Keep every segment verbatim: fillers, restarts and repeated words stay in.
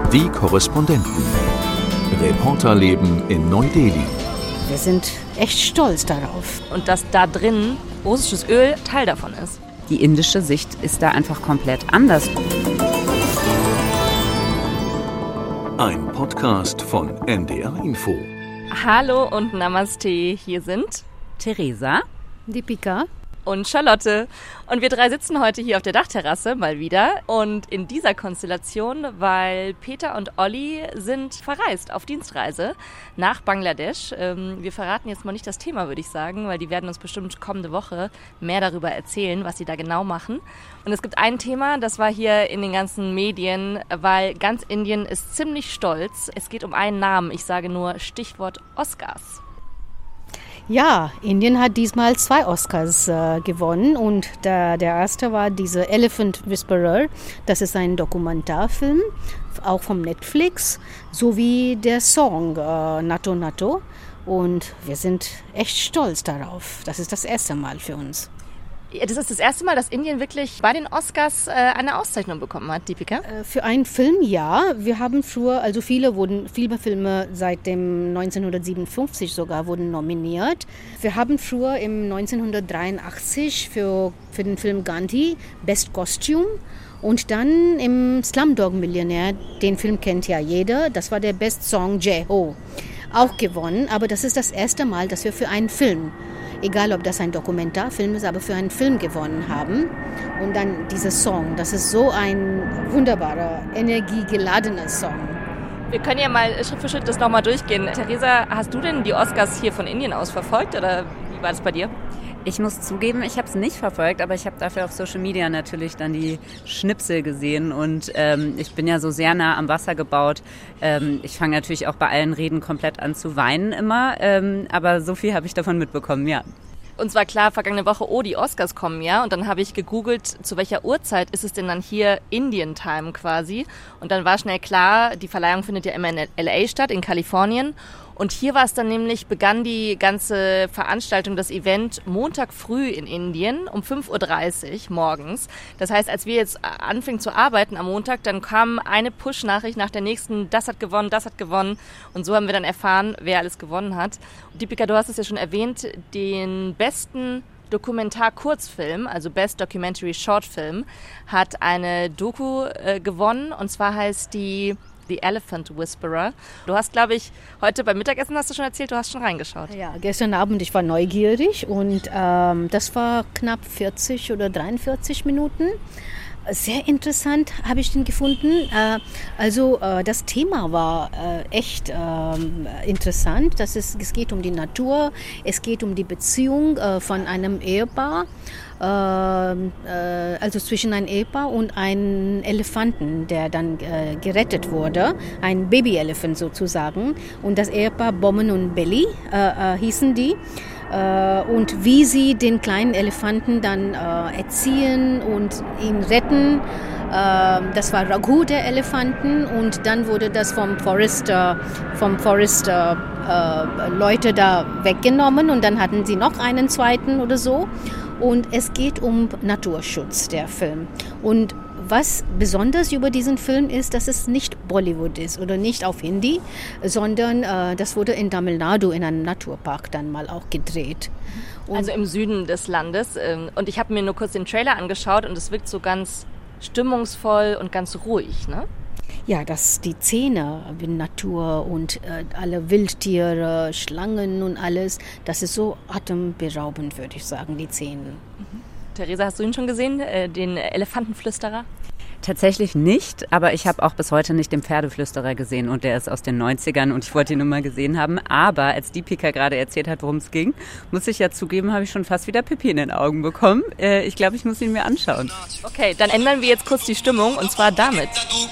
Die Korrespondenten. Reporterleben in Neu-Delhi. Wir sind echt stolz darauf. Und dass da drin russisches Öl Teil davon ist. Die indische Sicht ist da einfach komplett anders. Ein Podcast von N D R Info. Hallo und Namaste, hier sind Theresa, Deepika und Charlotte. Und wir drei sitzen heute hier auf der Dachterrasse mal wieder. Und in dieser Konstellation, weil Peter und Olli sind verreist auf Dienstreise nach Bangladesch. Ähm, wir verraten jetzt mal nicht das Thema, würde ich sagen, weil die werden uns bestimmt kommende Woche mehr darüber erzählen, was sie da genau machen. Und es gibt ein Thema, das war hier in den ganzen Medien, weil ganz Indien ist ziemlich stolz. Es geht um einen Namen. Ich sage nur Stichwort Oscars. Ja, Indien hat diesmal zwei Oscars äh, gewonnen und der, der erste war diese Elephant Whisperer. Das ist ein Dokumentarfilm, auch vom Netflix, sowie der Song äh, Natto Natto. Und wir sind echt stolz darauf. Das ist das erste Mal für uns. Das ist das erste Mal, dass Indien wirklich bei den Oscars äh, eine Auszeichnung bekommen hat, Deepika? Äh, für einen Film, ja. Wir haben früher, also viele wurden, viele Filme seit dem neunzehnhundertsiebenundfünfzig sogar wurden nominiert. Wir haben früher im neunzehnhundertdreiundachtzig für, für den Film Gandhi Best Costume und dann im Slumdog Millionär, den Film kennt ja jeder, das war der Best Song Jai Ho, auch gewonnen. Aber das ist das erste Mal, dass wir für einen Film, egal ob das ein Dokumentarfilm ist, aber für einen Film gewonnen haben. Und dann dieser Song, das ist so ein wunderbarer, energiegeladener Song. Wir können ja mal Schritt für Schritt das nochmal durchgehen. Theresa, hast du denn die Oscars hier von Indien aus verfolgt oder wie war das bei dir? Ich muss zugeben, ich habe es nicht verfolgt, aber ich habe dafür auf Social Media natürlich dann die Schnipsel gesehen und ähm, ich bin ja so sehr nah am Wasser gebaut. Ähm, ich fange natürlich auch bei allen Reden komplett an zu weinen immer, ähm, aber so viel habe ich davon mitbekommen, ja. Uns war klar, vergangene Woche, oh, die Oscars kommen ja. Und dann habe ich gegoogelt, zu welcher Uhrzeit ist es denn dann hier Indian Time quasi. Und dann war schnell klar, die Verleihung findet ja immer in L A statt, in Kalifornien. Und hier war es dann nämlich, begann die ganze Veranstaltung, das Event Montag früh in Indien um fünf Uhr dreißig morgens. Das heißt, als wir jetzt anfingen zu arbeiten am Montag, dann kam eine Push-Nachricht nach der nächsten, das hat gewonnen, das hat gewonnen. Und so haben wir dann erfahren, wer alles gewonnen hat. Und Deepika, du hast es ja schon erwähnt, den besten Dokumentar-Kurzfilm, also Best Documentary Short Film, hat eine Doku äh, gewonnen. Und zwar heißt die The Elephant Whisperer. Du hast, glaube ich, heute beim Mittagessen hast du schon erzählt, du hast schon reingeschaut. Ja, gestern Abend, ich war neugierig und ähm, das war knapp vierzig oder dreiundvierzig Minuten. Sehr interessant habe ich den gefunden. Äh, also äh, das Thema war äh, echt äh, interessant. Das ist, es geht um die Natur, es geht um die Beziehung äh, von einem Ehepaar, äh, äh, also zwischen einem Ehepaar und einem Elefanten, der dann äh, gerettet wurde, ein Baby-Elefant sozusagen. Und das Ehepaar Bommen und Belly äh, äh, hießen die. Und wie sie den kleinen Elefanten dann äh, erziehen und ihn retten. Äh, das war Raghu, der Elefanten, und dann wurde das vom Forester, vom Forester äh, Leute da weggenommen und dann hatten sie noch einen zweiten oder so. Und es geht um Naturschutz, der Film. Und was besonders über diesen Film ist, dass es nicht Bollywood ist oder nicht auf Hindi, sondern äh, das wurde in Tamil Nadu in einem Naturpark dann mal auch gedreht. Und also im Süden des Landes. Ähm, und ich habe mir nur kurz den Trailer angeschaut und es wirkt so ganz stimmungsvoll und ganz ruhig, ne? Ja, dass die Szene mit Natur und äh, alle Wildtiere, Schlangen und alles, das ist so atemberaubend, würde ich sagen, die Szenen. Mhm. Theresa, hast du ihn schon gesehen, äh, den Elefantenflüsterer? Tatsächlich nicht, aber ich habe auch bis heute nicht den Pferdeflüsterer gesehen und der ist aus den neunzigern und ich wollte ihn nur mal gesehen haben. Aber als Deepika gerade erzählt hat, worum es ging, muss ich ja zugeben, habe ich schon fast wieder Pipi in den Augen bekommen. Äh, ich glaube, ich muss ihn mir anschauen. Okay, dann ändern wir jetzt kurz die Stimmung und zwar damit.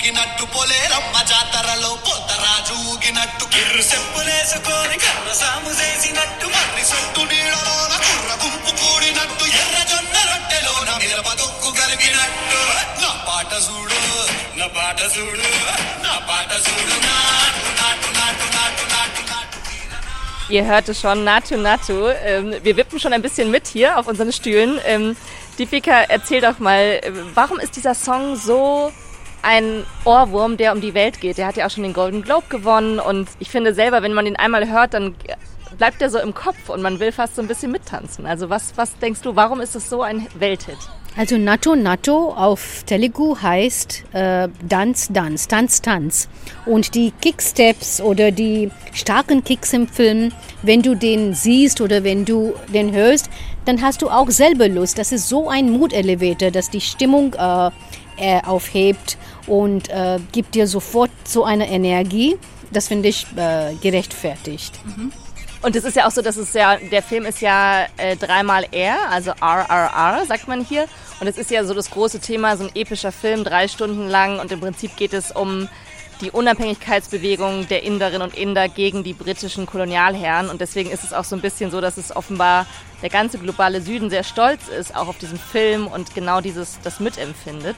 Ihr hört es schon, Natto Natto. Ähm, wir wippen schon ein bisschen mit hier auf unseren Stühlen. Ähm, Deepika, erzähl doch mal, warum ist dieser Song so ein Ohrwurm, der um die Welt geht. Der hat ja auch schon den Golden Globe gewonnen und ich finde selber, wenn man den einmal hört, dann bleibt der so im Kopf und man will fast so ein bisschen mittanzen. Also was, was denkst du, warum ist es so ein Welthit? Also Natto Natto auf Telugu heißt äh, Dance Dance, Tanz Tanz. Und die Kicksteps oder die starken Kicks im Film, wenn du den siehst oder wenn du den hörst, dann hast du auch selber Lust. Das ist so ein Mood-Elevator, dass die Stimmung äh, äh, aufhebt und äh, gibt dir sofort so eine Energie. Das finde ich äh, gerechtfertigt. Mhm. Und es ist ja auch so, dass es ja, der Film ist ja äh, dreimal R, also R R R, sagt man hier. Und es ist ja so das große Thema, so ein epischer Film, drei Stunden lang. Und im Prinzip geht es um die Unabhängigkeitsbewegung der Inderinnen und Inder gegen die britischen Kolonialherren. Und deswegen ist es auch so ein bisschen so, dass es offenbar der ganze globale Süden sehr stolz ist, auch auf diesen Film und genau dieses das mitempfindet.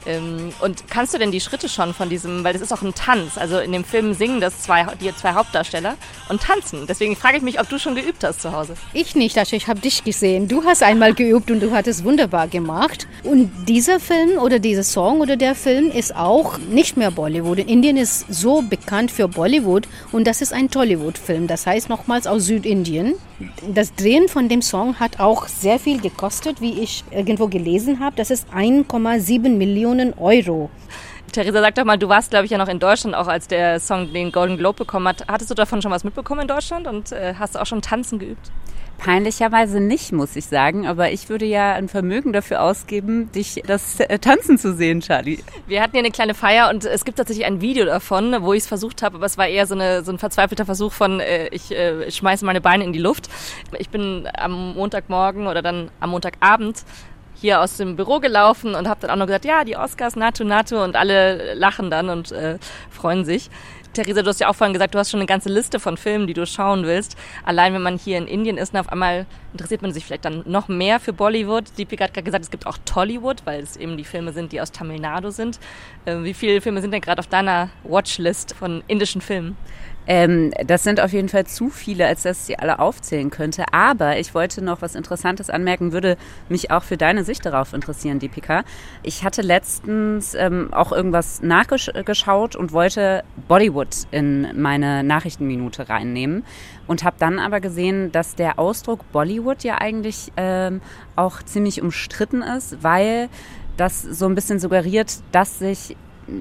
Und kannst du denn die Schritte schon von diesem, weil das ist auch ein Tanz, also in dem Film singen das zwei, die zwei Hauptdarsteller und tanzen. Deswegen frage ich mich, ob du schon geübt hast zu Hause. Ich nicht, also ich habe dich gesehen. Du hast einmal geübt und du hattest wunderbar gemacht. Und dieser Film oder dieser Song oder der Film ist auch nicht mehr Bollywood. Indien ist so bekannt für Bollywood und das ist ein Tollywood-Film, das heißt nochmals aus Südindien. Das Drehen von dem Song hat auch sehr viel gekostet, wie ich irgendwo gelesen habe. Das ist eins Komma sieben Millionen Euro. Theresa, sag doch mal, du warst, glaube ich, ja noch in Deutschland, auch als der Song den Golden Globe bekommen hat. Hattest du davon schon was mitbekommen in Deutschland und äh, hast du auch schon tanzen geübt? Peinlicherweise nicht, muss ich sagen. Aber ich würde ja ein Vermögen dafür ausgeben, dich das äh, Tanzen zu sehen, Charlie. Wir hatten hier eine kleine Feier und es gibt tatsächlich ein Video davon, wo ich es versucht habe. Aber es war eher so, eine, so ein verzweifelter Versuch von, äh, ich äh, schmeiße meine Beine in die Luft. Ich bin am Montagmorgen oder dann am Montagabend hier aus dem Büro gelaufen und habe dann auch noch gesagt, ja, die Oscars, Natto Natto, und alle lachen dann und äh, freuen sich. Theresa, du hast ja auch vorhin gesagt, du hast schon eine ganze Liste von Filmen, die du schauen willst. Allein wenn man hier in Indien ist und auf einmal interessiert man sich vielleicht dann noch mehr für Bollywood. Deepika hat gerade gesagt, es gibt auch Tollywood, weil es eben die Filme sind, die aus Tamil Nadu sind. Äh, wie viele Filme sind denn gerade auf deiner Watchlist von indischen Filmen? Ähm, das sind auf jeden Fall zu viele, als dass ich sie alle aufzählen könnte. Aber ich wollte noch was Interessantes anmerken, würde mich auch für deine Sicht darauf interessieren, Deepika. Ich hatte letztens ähm, auch irgendwas nachgeschaut und wollte Bollywood in meine Nachrichtenminute reinnehmen und habe dann aber gesehen, dass der Ausdruck Bollywood ja eigentlich ähm, auch ziemlich umstritten ist, weil das so ein bisschen suggeriert, dass sich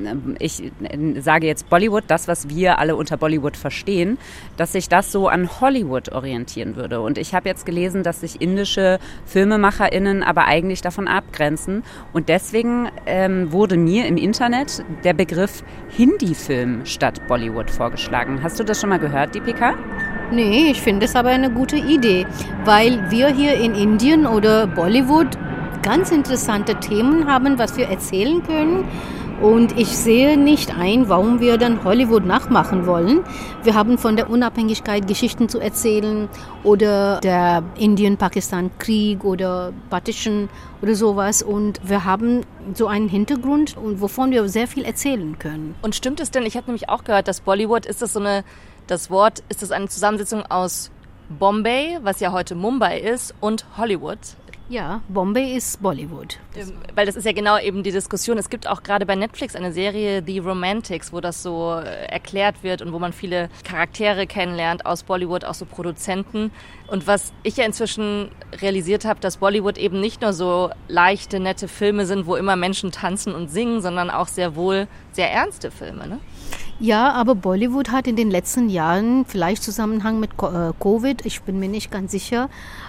ich sage jetzt Bollywood, das, was wir alle unter Bollywood verstehen, dass sich das so an Hollywood orientieren würde. Und ich habe jetzt gelesen, dass sich indische FilmemacherInnen aber eigentlich davon abgrenzen. Und deswegen ähm, wurde mir im Internet der Begriff Hindi-Film statt Bollywood vorgeschlagen. Hast du das schon mal gehört, Deepika? Nee, ich finde es aber eine gute Idee, weil wir hier in Indien oder Bollywood ganz interessante Themen haben, was wir erzählen können. Und ich sehe nicht ein, warum wir dann Hollywood nachmachen wollen. Wir haben von der Unabhängigkeit Geschichten zu erzählen oder der Indien-Pakistan-Krieg oder Partition oder sowas. Und wir haben so einen Hintergrund, wovon wir sehr viel erzählen können. Und stimmt es denn, ich habe nämlich auch gehört, dass Bollywood, ist das so eine, das Wort, ist das eine Zusammensetzung aus Bombay, was ja heute Mumbai ist, und Hollywood? Ja, Bombay ist Bollywood. Ähm, weil das ist ja genau eben die Diskussion. Es gibt auch gerade bei Netflix eine Serie, The Romantics, wo das so äh, erklärt wird und wo man viele Charaktere kennenlernt aus Bollywood, auch so Produzenten. Und was ich ja inzwischen realisiert habe, dass Bollywood eben nicht nur so leichte, nette Filme sind, wo immer Menschen tanzen und singen, sondern auch sehr wohl sehr ernste Filme, ne? Ja, aber Bollywood hat in den letzten Jahren, vielleicht im Zusammenhang mit Covid, ich bin mir nicht ganz sicher,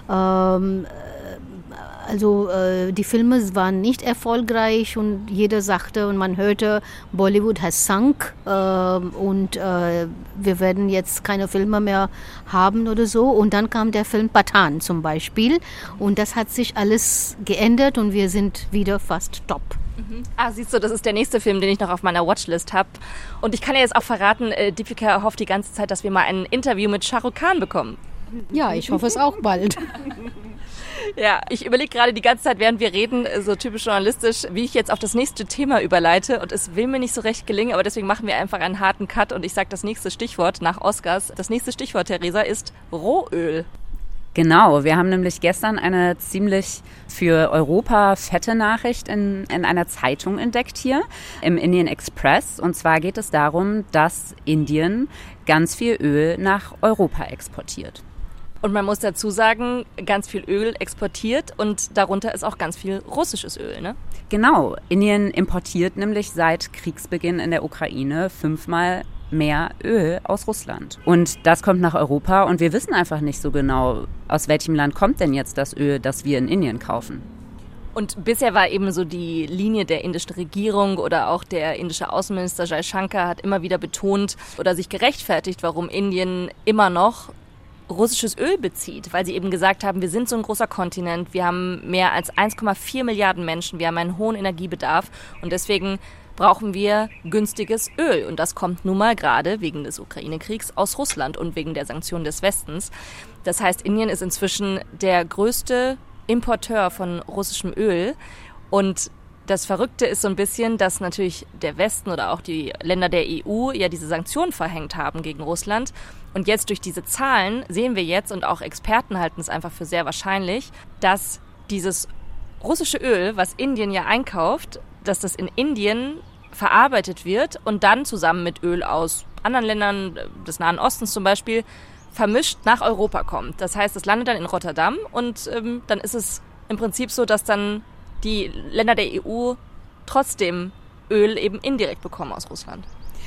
ähm, also äh, die Filme waren nicht erfolgreich und jeder sagte und man hörte, Bollywood has sunk äh, und äh, wir werden jetzt keine Filme mehr haben oder so. Und dann kam der Film Pathan zum Beispiel und das hat sich alles geändert und wir sind wieder fast top. Mhm. Ah, siehst du, das ist der nächste Film, den ich noch auf meiner Watchlist habe. Und ich kann ja jetzt auch verraten, äh, Deepika hofft die ganze Zeit, dass wir mal ein Interview mit Shah Rukh Khan bekommen. Ja, ich hoffe es auch bald. Ja, ich überlege gerade die ganze Zeit, während wir reden, so typisch journalistisch, wie ich jetzt auf das nächste Thema überleite. Und es will mir nicht so recht gelingen, aber deswegen machen wir einfach einen harten Cut und ich sage das nächste Stichwort nach Oscars. Das nächste Stichwort, Theresa, ist Rohöl. Genau, wir haben nämlich gestern eine ziemlich für Europa fette Nachricht in, in einer Zeitung entdeckt hier, im Indian Express. Und zwar geht es darum, dass Indien ganz viel Öl nach Europa exportiert. Und man muss dazu sagen, ganz viel Öl exportiert und darunter ist auch ganz viel russisches Öl, ne? Genau, Indien importiert nämlich seit Kriegsbeginn in der Ukraine fünfmal mehr Öl aus Russland. Und das kommt nach Europa und wir wissen einfach nicht so genau, aus welchem Land kommt denn jetzt das Öl, das wir in Indien kaufen. Und bisher war eben so die Linie der indischen Regierung oder auch der indische Außenminister Jai Shankar hat immer wieder betont oder sich gerechtfertigt, warum Indien immer noch russisches Öl bezieht, weil sie eben gesagt haben, wir sind so ein großer Kontinent, wir haben mehr als eins Komma vier Milliarden Menschen, wir haben einen hohen Energiebedarf und deswegen brauchen wir günstiges Öl. Und das kommt nun mal gerade wegen des Ukraine-Kriegs aus Russland und wegen der Sanktionen des Westens. Das heißt, Indien ist inzwischen der größte Importeur von russischem Öl. Und das Verrückte ist so ein bisschen, dass natürlich der Westen oder auch die Länder der E U ja diese Sanktionen verhängt haben gegen Russland. Und jetzt durch diese Zahlen sehen wir jetzt, und auch Experten halten es einfach für sehr wahrscheinlich, dass dieses russische Öl, was Indien ja einkauft, dass das in Indien verarbeitet wird und dann zusammen mit Öl aus anderen Ländern des Nahen Ostens zum Beispiel vermischt nach Europa kommt. Das heißt, es landet dann in Rotterdam und ähm, dann ist es im Prinzip so, dass dann die Länder der E U trotzdem Öl eben indirekt bekommen aus Russland.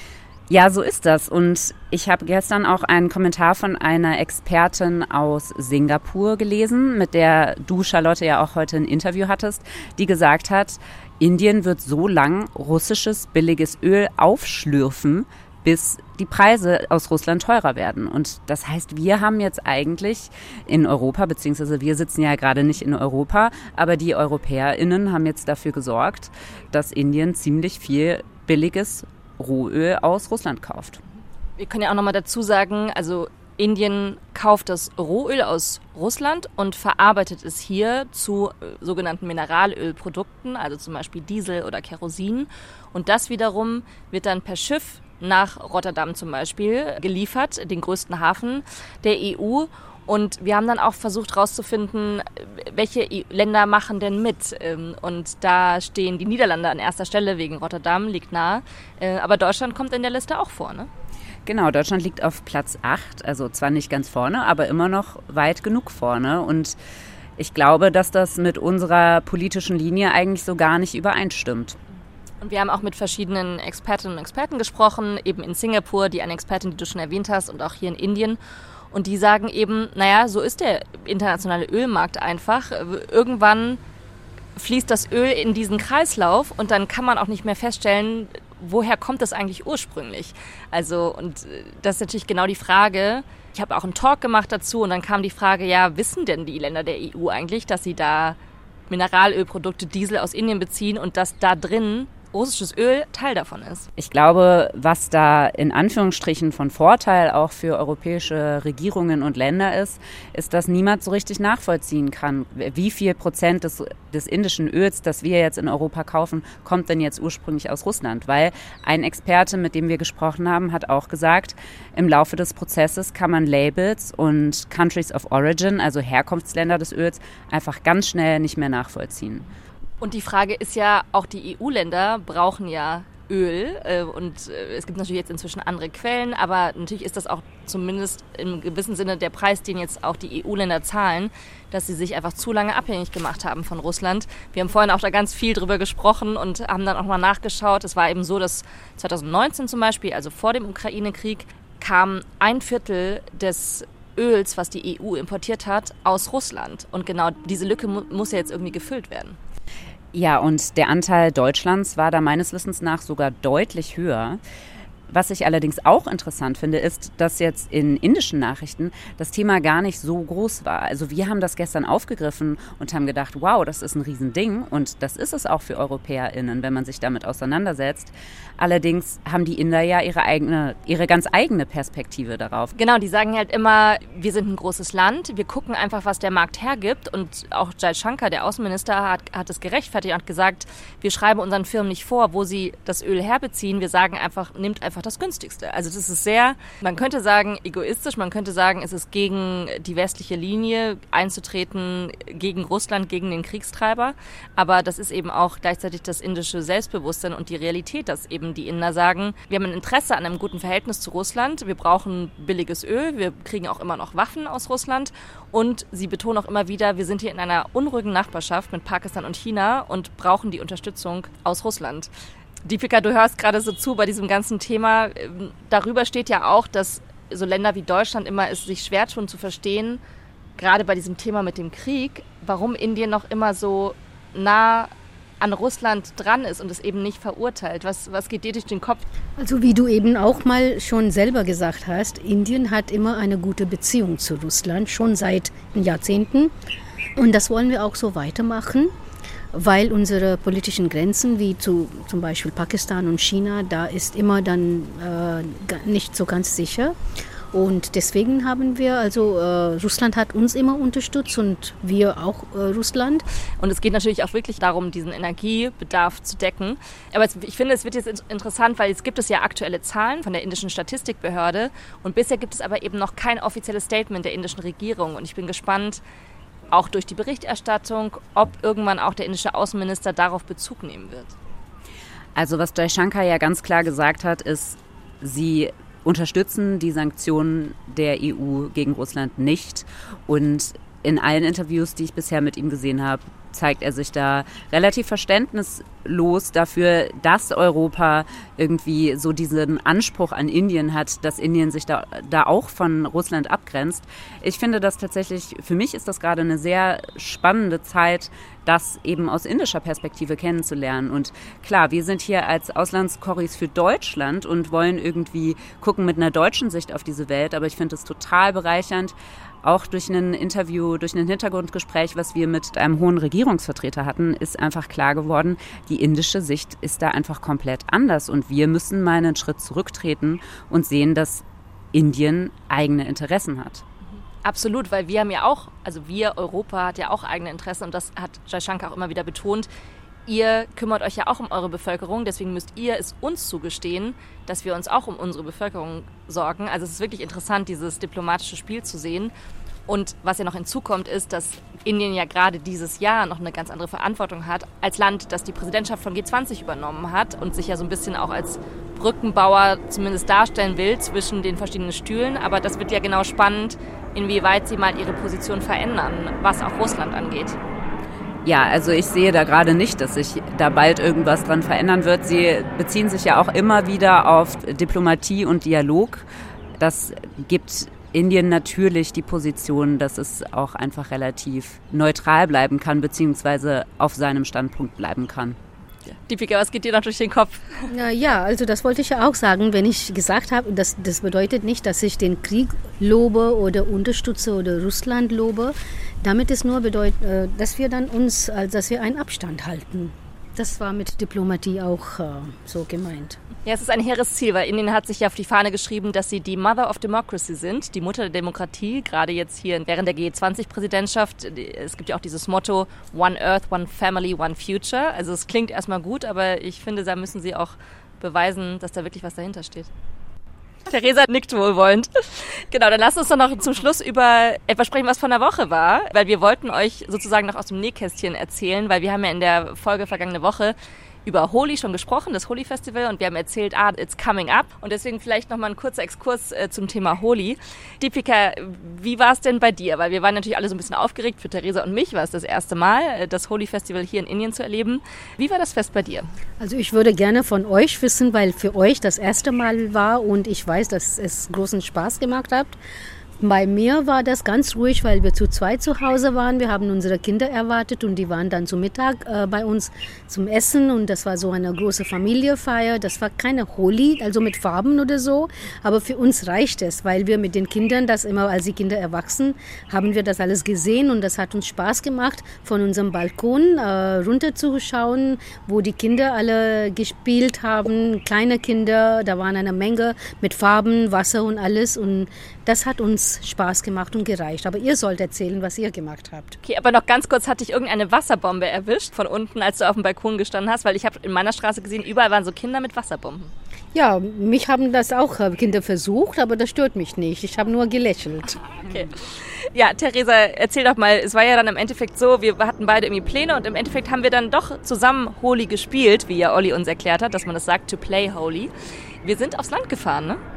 Ja, so ist das. Und ich habe gestern auch einen Kommentar von einer Expertin aus Singapur gelesen, mit der du, Charlotte, ja auch heute ein Interview hattest, die gesagt hat, Indien wird so lang russisches billiges Öl aufschlürfen, bis die Preise aus Russland teurer werden. Und das heißt, wir haben jetzt eigentlich in Europa, beziehungsweise wir sitzen ja gerade nicht in Europa, aber die EuropäerInnen haben jetzt dafür gesorgt, dass Indien ziemlich viel billiges Rohöl aus Russland kauft. Wir können ja auch nochmal dazu sagen, also Indien kauft das Rohöl aus Russland und verarbeitet es hier zu sogenannten Mineralölprodukten, also zum Beispiel Diesel oder Kerosin. Und das wiederum wird dann per Schiff nach Rotterdam zum Beispiel geliefert, den größten Hafen der E U. Und wir haben dann auch versucht herauszufinden, welche Länder machen denn mit. Und da stehen die Niederlande an erster Stelle, wegen Rotterdam, liegt nahe. Aber Deutschland kommt in der Liste auch vor, ne? Genau, Deutschland liegt auf Platz acht, also zwar nicht ganz vorne, aber immer noch weit genug vorne. Und ich glaube, dass das mit unserer politischen Linie eigentlich so gar nicht übereinstimmt. Und wir haben auch mit verschiedenen Expertinnen und Experten gesprochen, eben in Singapur, die eine Expertin, die du schon erwähnt hast, und auch hier in Indien. Und die sagen eben, naja, so ist der internationale Ölmarkt einfach. Irgendwann fließt das Öl in diesen Kreislauf und dann kann man auch nicht mehr feststellen, woher kommt das eigentlich ursprünglich? Also, und das ist natürlich genau die Frage. Ich habe auch einen Talk gemacht dazu und dann kam die Frage, ja, wissen denn die Länder der E U eigentlich, dass sie da Mineralölprodukte, Diesel aus Indien beziehen und dass da drin russisches Öl Teil davon ist? Ich glaube, was da in Anführungsstrichen von Vorteil auch für europäische Regierungen und Länder ist, ist, dass niemand so richtig nachvollziehen kann, wie viel Prozent des, des indischen Öls, das wir jetzt in Europa kaufen, kommt denn jetzt ursprünglich aus Russland. Weil ein Experte, mit dem wir gesprochen haben, hat auch gesagt, im Laufe des Prozesses kann man Labels und Countries of Origin, also Herkunftsländer des Öls, einfach ganz schnell nicht mehr nachvollziehen. Und die Frage ist ja, auch die E U-Länder brauchen ja Öl äh, und äh, es gibt natürlich jetzt inzwischen andere Quellen, aber natürlich ist das auch zumindest im gewissen Sinne der Preis, den jetzt auch die E U-Länder zahlen, dass sie sich einfach zu lange abhängig gemacht haben von Russland. Wir haben vorhin auch da ganz viel drüber gesprochen und haben dann auch mal nachgeschaut. Es war eben so, dass zwanzig neunzehn zum Beispiel, also vor dem Ukraine-Krieg, kam ein Viertel des Öls, was die E U importiert hat, aus Russland. Und genau diese Lücke mu- muss ja jetzt irgendwie gefüllt werden. Ja, und der Anteil Deutschlands war da meines Wissens nach sogar deutlich höher. Was ich allerdings auch interessant finde, ist, dass jetzt in indischen Nachrichten das Thema gar nicht so groß war. Also wir haben das gestern aufgegriffen und haben gedacht, wow, das ist ein Riesending und das ist es auch für EuropäerInnen, wenn man sich damit auseinandersetzt. Allerdings haben die Inder ja ihre eigene, ihre ganz eigene Perspektive darauf. Genau, die sagen halt immer, wir sind ein großes Land, wir gucken einfach, was der Markt hergibt. Und auch Jai Shankar, der Außenminister, hat, hat es gerechtfertigt und hat gesagt, wir schreiben unseren Firmen nicht vor, wo sie das Öl herbeziehen. Wir sagen einfach, nehmt einfach einfach das günstigste. Also das ist sehr, man könnte sagen, egoistisch, man könnte sagen, es ist gegen die westliche Linie einzutreten, gegen Russland, gegen den Kriegstreiber. Aber das ist eben auch gleichzeitig das indische Selbstbewusstsein und die Realität, dass eben die Inder sagen, wir haben ein Interesse an einem guten Verhältnis zu Russland, wir brauchen billiges Öl, wir kriegen auch immer noch Waffen aus Russland und sie betonen auch immer wieder, wir sind hier in einer unruhigen Nachbarschaft mit Pakistan und China und brauchen die Unterstützung aus Russland. Deepika, du hörst gerade so zu bei diesem ganzen Thema. Darüber steht ja auch, dass so Länder wie Deutschland immer es sich schwer tun zu verstehen, gerade bei diesem Thema mit dem Krieg, warum Indien noch immer so nah an Russland dran ist und es eben nicht verurteilt. Was, was geht dir durch den Kopf? Also wie du eben auch mal schon selber gesagt hast, Indien hat immer eine gute Beziehung zu Russland, schon seit Jahrzehnten. Und das wollen wir auch so weitermachen, weil unsere politischen Grenzen, wie zu, zum Beispiel Pakistan und China, da ist immer dann äh, nicht so ganz sicher. Und deswegen haben wir, also äh, Russland hat uns immer unterstützt und wir auch äh, Russland. Und es geht natürlich auch wirklich darum, diesen Energiebedarf zu decken. Aber es, ich finde, es wird jetzt interessant, weil jetzt gibt es ja aktuelle Zahlen von der indischen Statistikbehörde und bisher gibt es aber eben noch kein offizielles Statement der indischen Regierung. Und ich bin gespannt, auch durch die Berichterstattung, ob irgendwann auch der indische Außenminister darauf Bezug nehmen wird. Also was Jaishankar ja ganz klar gesagt hat, ist, sie unterstützen die Sanktionen der E U gegen Russland nicht. Und in allen Interviews, die ich bisher mit ihm gesehen habe, zeigt er sich da relativ verständnislos dafür, dass Europa irgendwie so diesen Anspruch an Indien hat, dass Indien sich da, da auch von Russland abgrenzt. Ich finde das tatsächlich, für mich ist das gerade eine sehr spannende Zeit, das eben aus indischer Perspektive kennenzulernen. Und klar, wir sind hier als Auslandskoris für Deutschland und wollen irgendwie gucken mit einer deutschen Sicht auf diese Welt, aber ich finde es total bereichernd, auch durch ein Interview, durch ein Hintergrundgespräch, was wir mit einem hohen Regierungsvertreter hatten, ist einfach klar geworden, die indische Sicht ist da einfach komplett anders. Und wir müssen mal einen Schritt zurücktreten und sehen, dass Indien eigene Interessen hat. Absolut, weil wir haben ja auch, also wir, Europa hat ja auch eigene Interessen und das hat Jaishankar auch immer wieder betont. Ihr kümmert euch ja auch um eure Bevölkerung, deswegen müsst ihr es uns zugestehen, dass wir uns auch um unsere Bevölkerung sorgen. Also es ist wirklich interessant, dieses diplomatische Spiel zu sehen. Und was ja noch hinzukommt, ist, dass Indien ja gerade dieses Jahr noch eine ganz andere Verantwortung hat als Land, das die Präsidentschaft von G zwanzig übernommen hat und sich ja so ein bisschen auch als Brückenbauer zumindest darstellen will zwischen den verschiedenen Stühlen. Aber das wird ja genau spannend, inwieweit sie mal ihre Position verändern, was auch Russland angeht. Ja, also ich sehe da gerade nicht, dass sich da bald irgendwas dran verändern wird. Sie beziehen sich ja auch immer wieder auf Diplomatie und Dialog. Das gibt Indien natürlich die Position, dass es auch einfach relativ neutral bleiben kann, beziehungsweise auf seinem Standpunkt bleiben kann. Deepika, was geht dir noch durch den Kopf? Ja, ja, also das wollte ich ja auch sagen, wenn ich gesagt habe, das, das bedeutet nicht, dass ich den Krieg lobe oder unterstütze oder Russland lobe. Damit ist nur bedeutet, dass wir dann uns, also dass wir einen Abstand halten. Das war mit Diplomatie auch äh, so gemeint. Ja, es ist ein hehres Ziel, weil Indien hat sich ja auf die Fahne geschrieben, dass sie die Mother of Democracy sind, die Mutter der Demokratie, gerade jetzt hier während der G zwanzig Präsidentschaft. Es gibt ja auch dieses Motto One Earth, One Family, One Future. Also es klingt erstmal gut, aber ich finde, da müssen sie auch beweisen, dass da wirklich was dahinter steht. Theresa nickt wohlwollend. Genau, dann lasst uns doch noch zum Schluss über etwas sprechen, was von der Woche war, weil wir wollten euch sozusagen noch aus dem Nähkästchen erzählen, weil wir haben ja in der Folge vergangene Woche über Holi schon gesprochen, das Holi-Festival, und wir haben erzählt, ah, it's coming up. Und deswegen vielleicht nochmal ein kurzer Exkurs äh, zum Thema Holi. Deepika, wie war es denn bei dir? Weil wir waren natürlich alle so ein bisschen aufgeregt. Für Theresa und mich war es das erste Mal, äh, das Holi-Festival hier in Indien zu erleben. Wie war das Fest bei dir? Also ich würde gerne von euch wissen, weil für euch das erste Mal war und ich weiß, dass es großen Spaß gemacht hat. Bei mir war das ganz ruhig, weil wir zu zweit zu Hause waren. Wir haben unsere Kinder erwartet und die waren dann zu Mittag äh, bei uns zum Essen und das war so eine große Familienfeier. Das war keine Holi, also mit Farben oder so, aber für uns reicht es, weil wir mit den Kindern das immer, als die Kinder erwachsen, haben wir das alles gesehen und das hat uns Spaß gemacht, von unserem Balkon äh, runterzuschauen, wo die Kinder alle gespielt haben, kleine Kinder, da waren eine Menge mit Farben, Wasser und alles und das hat uns Spaß gemacht und gereicht. Aber ihr sollt erzählen, was ihr gemacht habt. Okay, aber noch ganz kurz, hat dich irgendeine Wasserbombe erwischt von unten, als du auf dem Balkon gestanden hast? Weil ich habe in meiner Straße gesehen, überall waren so Kinder mit Wasserbomben. Ja, mich haben das auch Kinder versucht, aber das stört mich nicht. Ich habe nur gelächelt. Okay. Ja, Theresa, erzähl doch mal, es war ja dann im Endeffekt so, wir hatten beide irgendwie Pläne und im Endeffekt haben wir dann doch zusammen Holi gespielt, wie ja Olli uns erklärt hat, dass man das sagt, to play Holi. Wir sind aufs Land gefahren, ne?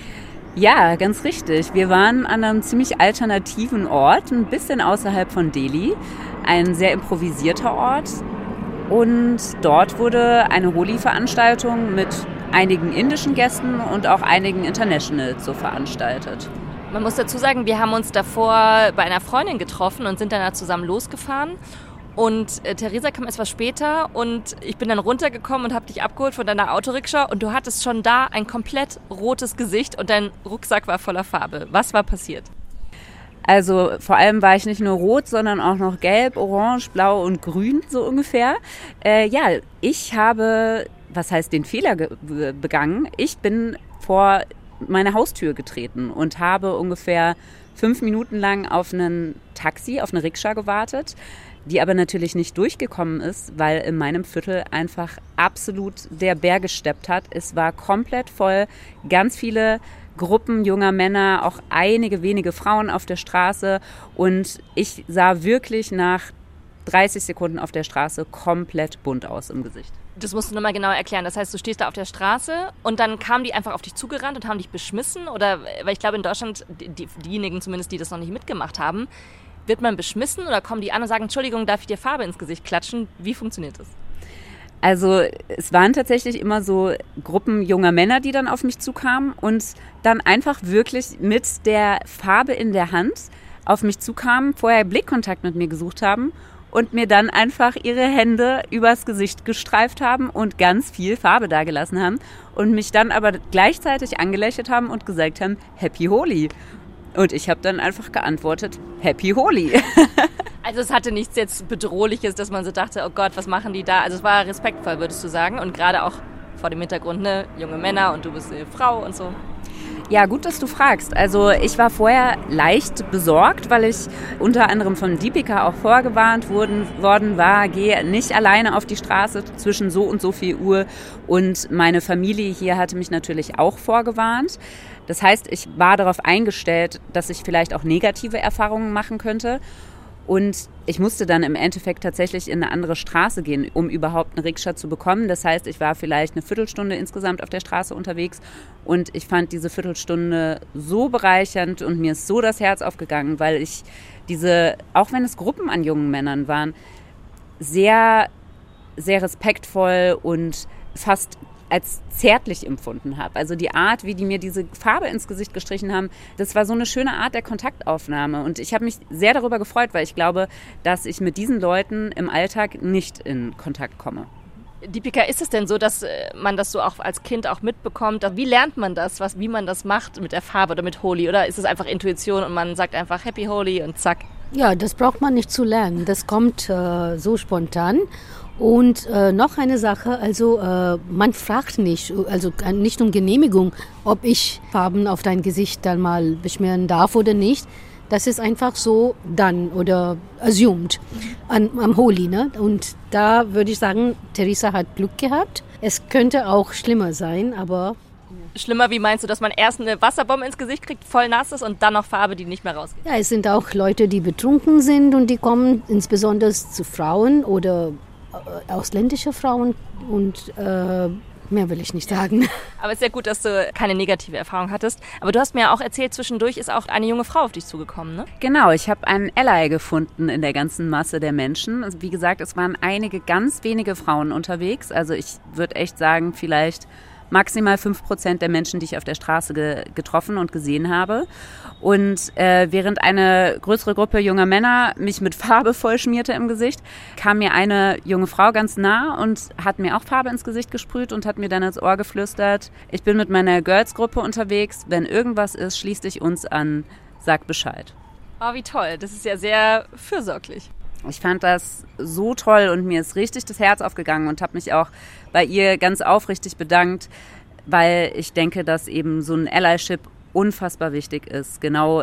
Ja, ganz richtig. Wir waren an einem ziemlich alternativen Ort, ein bisschen außerhalb von Delhi. Ein sehr improvisierter Ort. Und dort wurde eine Holi-Veranstaltung mit einigen indischen Gästen und auch einigen Internationals so veranstaltet. Man muss dazu sagen, wir haben uns davor bei einer Freundin getroffen und sind dann da zusammen losgefahren. Und äh, Theresa kam etwas später und ich bin dann runtergekommen und habe dich abgeholt von deiner Autorikscha und du hattest schon da ein komplett rotes Gesicht und dein Rucksack war voller Farbe. Was war passiert? Also vor allem war ich nicht nur rot, sondern auch noch gelb, orange, blau und grün, so ungefähr. Äh, ja, ich habe, was heißt den Fehler ge- begangen? Ich bin vor meine Haustür getreten und habe ungefähr fünf Minuten lang auf einen Taxi, auf eine Rikscha gewartet, die aber natürlich nicht durchgekommen ist, weil in meinem Viertel einfach absolut der Bär gesteppt hat. Es war komplett voll, ganz viele Gruppen junger Männer, auch einige wenige Frauen auf der Straße und ich sah wirklich nach dreißig Sekunden auf der Straße komplett bunt aus im Gesicht. Das musst du nochmal genau erklären. Das heißt, du stehst da auf der Straße und dann kamen die einfach auf dich zugerannt und haben dich beschmissen? Oder, weil ich glaube in Deutschland, die, diejenigen zumindest, die das noch nicht mitgemacht haben, wird man beschmissen oder kommen die an und sagen, Entschuldigung, darf ich dir Farbe ins Gesicht klatschen? Wie funktioniert das? Also es waren tatsächlich immer so Gruppen junger Männer, die dann auf mich zukamen und dann einfach wirklich mit der Farbe in der Hand auf mich zukamen, vorher Blickkontakt mit mir gesucht haben und mir dann einfach ihre Hände übers Gesicht gestreift haben und ganz viel Farbe dagelassen haben und mich dann aber gleichzeitig angelächelt haben und gesagt haben, Happy Holi. Und ich habe dann einfach geantwortet, Happy Holi. Also es hatte nichts jetzt Bedrohliches, dass man so dachte, oh Gott, was machen die da? Also es war respektvoll, würdest du sagen? Und gerade auch vor dem Hintergrund, ne, junge Männer und du bist eine Frau und so. Ja, gut, dass du fragst. Also ich war vorher leicht besorgt, weil ich unter anderem von Deepika auch vorgewarnt worden, worden war, geh nicht alleine auf die Straße zwischen so und so viel Uhr. Und meine Familie hier hatte mich natürlich auch vorgewarnt. Das heißt, ich war darauf eingestellt, dass ich vielleicht auch negative Erfahrungen machen könnte. Und ich musste dann im Endeffekt tatsächlich in eine andere Straße gehen, um überhaupt eine Rikscha zu bekommen. Das heißt, ich war vielleicht eine Viertelstunde insgesamt auf der Straße unterwegs und ich fand diese Viertelstunde so bereichernd und mir ist so das Herz aufgegangen, weil ich diese, auch wenn es Gruppen an jungen Männern waren, sehr, sehr respektvoll und fast als zärtlich empfunden habe. Also die Art, wie die mir diese Farbe ins Gesicht gestrichen haben, das war so eine schöne Art der Kontaktaufnahme. Und ich habe mich sehr darüber gefreut, weil ich glaube, dass ich mit diesen Leuten im Alltag nicht in Kontakt komme. Deepika, ist es denn so, dass man das so auch als Kind auch mitbekommt? Wie lernt man das, was, wie man das macht mit der Farbe oder mit Holi? Oder ist es einfach Intuition und man sagt einfach Happy Holi und zack? Ja, das braucht man nicht zu lernen. Das kommt äh, so spontan. Und äh, noch eine Sache, also äh, man fragt nicht, also nicht um Genehmigung, ob ich Farben auf dein Gesicht dann mal beschmieren darf oder nicht. Das ist einfach so dann oder assumed an, am Holi, ne? Und da würde ich sagen, Theresa hat Glück gehabt. Es könnte auch schlimmer sein, aber... Schlimmer, wie meinst du, dass man erst eine Wasserbombe ins Gesicht kriegt, voll nass ist und dann noch Farbe, die nicht mehr rausgeht? Ja, es sind auch Leute, die betrunken sind und die kommen insbesondere zu Frauen oder äh, ausländische Frauen und äh, mehr will ich nicht sagen. Aber es ist ja gut, dass du keine negative Erfahrung hattest. Aber du hast mir ja auch erzählt, zwischendurch ist auch eine junge Frau auf dich zugekommen, ne? Genau, ich habe einen Ally gefunden in der ganzen Masse der Menschen. Also wie gesagt, es waren einige ganz wenige Frauen unterwegs. Also ich würde echt sagen, vielleicht maximal fünf Prozent der Menschen, die ich auf der Straße ge- getroffen und gesehen habe. Und äh, während eine größere Gruppe junger Männer mich mit Farbe vollschmierte im Gesicht, kam mir eine junge Frau ganz nah und hat mir auch Farbe ins Gesicht gesprüht und hat mir dann ins Ohr geflüstert, ich bin mit meiner Girls-Gruppe unterwegs, wenn irgendwas ist, schließ dich uns an, sag Bescheid. Oh, wie toll, das ist ja sehr fürsorglich. Ich fand das so toll und mir ist richtig das Herz aufgegangen und habe mich auch bei ihr ganz aufrichtig bedankt, weil ich denke, dass eben so ein Allyship unfassbar wichtig ist, genau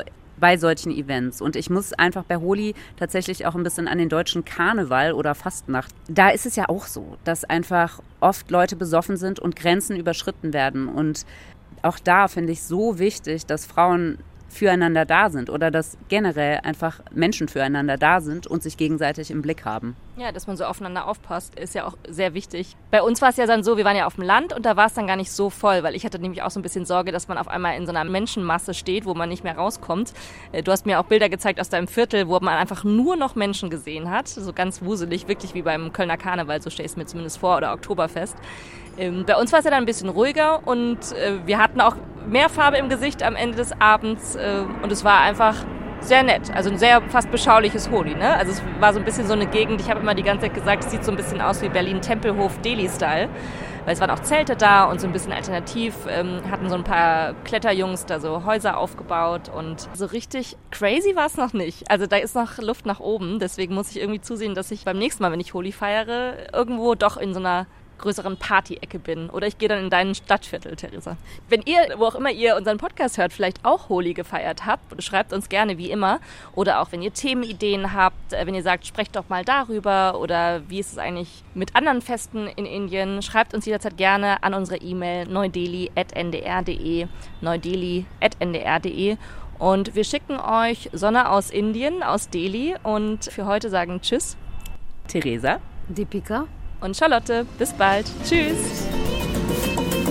bei solchen Events. Und ich muss einfach bei Holi tatsächlich auch ein bisschen an den deutschen Karneval oder Fastnacht. Da ist es ja auch so, dass einfach oft Leute besoffen sind und Grenzen überschritten werden. Und auch da finde ich so wichtig, dass Frauen füreinander da sind oder dass generell einfach Menschen füreinander da sind und sich gegenseitig im Blick haben. Ja, dass man so aufeinander aufpasst, ist ja auch sehr wichtig. Bei uns war es ja dann so, wir waren ja auf dem Land und da war es dann gar nicht so voll, weil ich hatte nämlich auch so ein bisschen Sorge, dass man auf einmal in so einer Menschenmasse steht, wo man nicht mehr rauskommt. Du hast mir auch Bilder gezeigt aus deinem Viertel, wo man einfach nur noch Menschen gesehen hat, so ganz wuselig, wirklich wie beim Kölner Karneval, so stelle ich es mir zumindest vor, oder Oktoberfest. Ähm, bei uns war es ja dann ein bisschen ruhiger und äh, wir hatten auch mehr Farbe im Gesicht am Ende des Abends äh, und es war einfach sehr nett, also ein sehr fast beschauliches Holi, ne? Also es war so ein bisschen so eine Gegend, ich habe immer die ganze Zeit gesagt, es sieht so ein bisschen aus wie Berlin-Tempelhof-Delhi-Style, weil es waren auch Zelte da und so ein bisschen alternativ, ähm, hatten so ein paar Kletterjungs da so Häuser aufgebaut und so richtig crazy war es noch nicht. Also da ist noch Luft nach oben, deswegen muss ich irgendwie zusehen, dass ich beim nächsten Mal, wenn ich Holi feiere, irgendwo doch in so einer größeren Party-Ecke bin. Oder ich gehe dann in deinen Stadtviertel, Theresa. Wenn ihr, wo auch immer ihr unseren Podcast hört, vielleicht auch Holi gefeiert habt, schreibt uns gerne wie immer. Oder auch wenn ihr Themenideen habt, wenn ihr sagt, sprecht doch mal darüber oder wie ist es eigentlich mit anderen Festen in Indien, schreibt uns jederzeit gerne an unsere E-Mail neudeli at n d r punkt d e neudeli at n d r punkt d e und wir schicken euch Sonne aus Indien, aus Delhi und für heute sagen Tschüss. Theresa. Deepika. Und Charlotte, bis bald. Tschüss.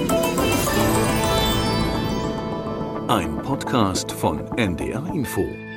Ein Podcast von N D R Info.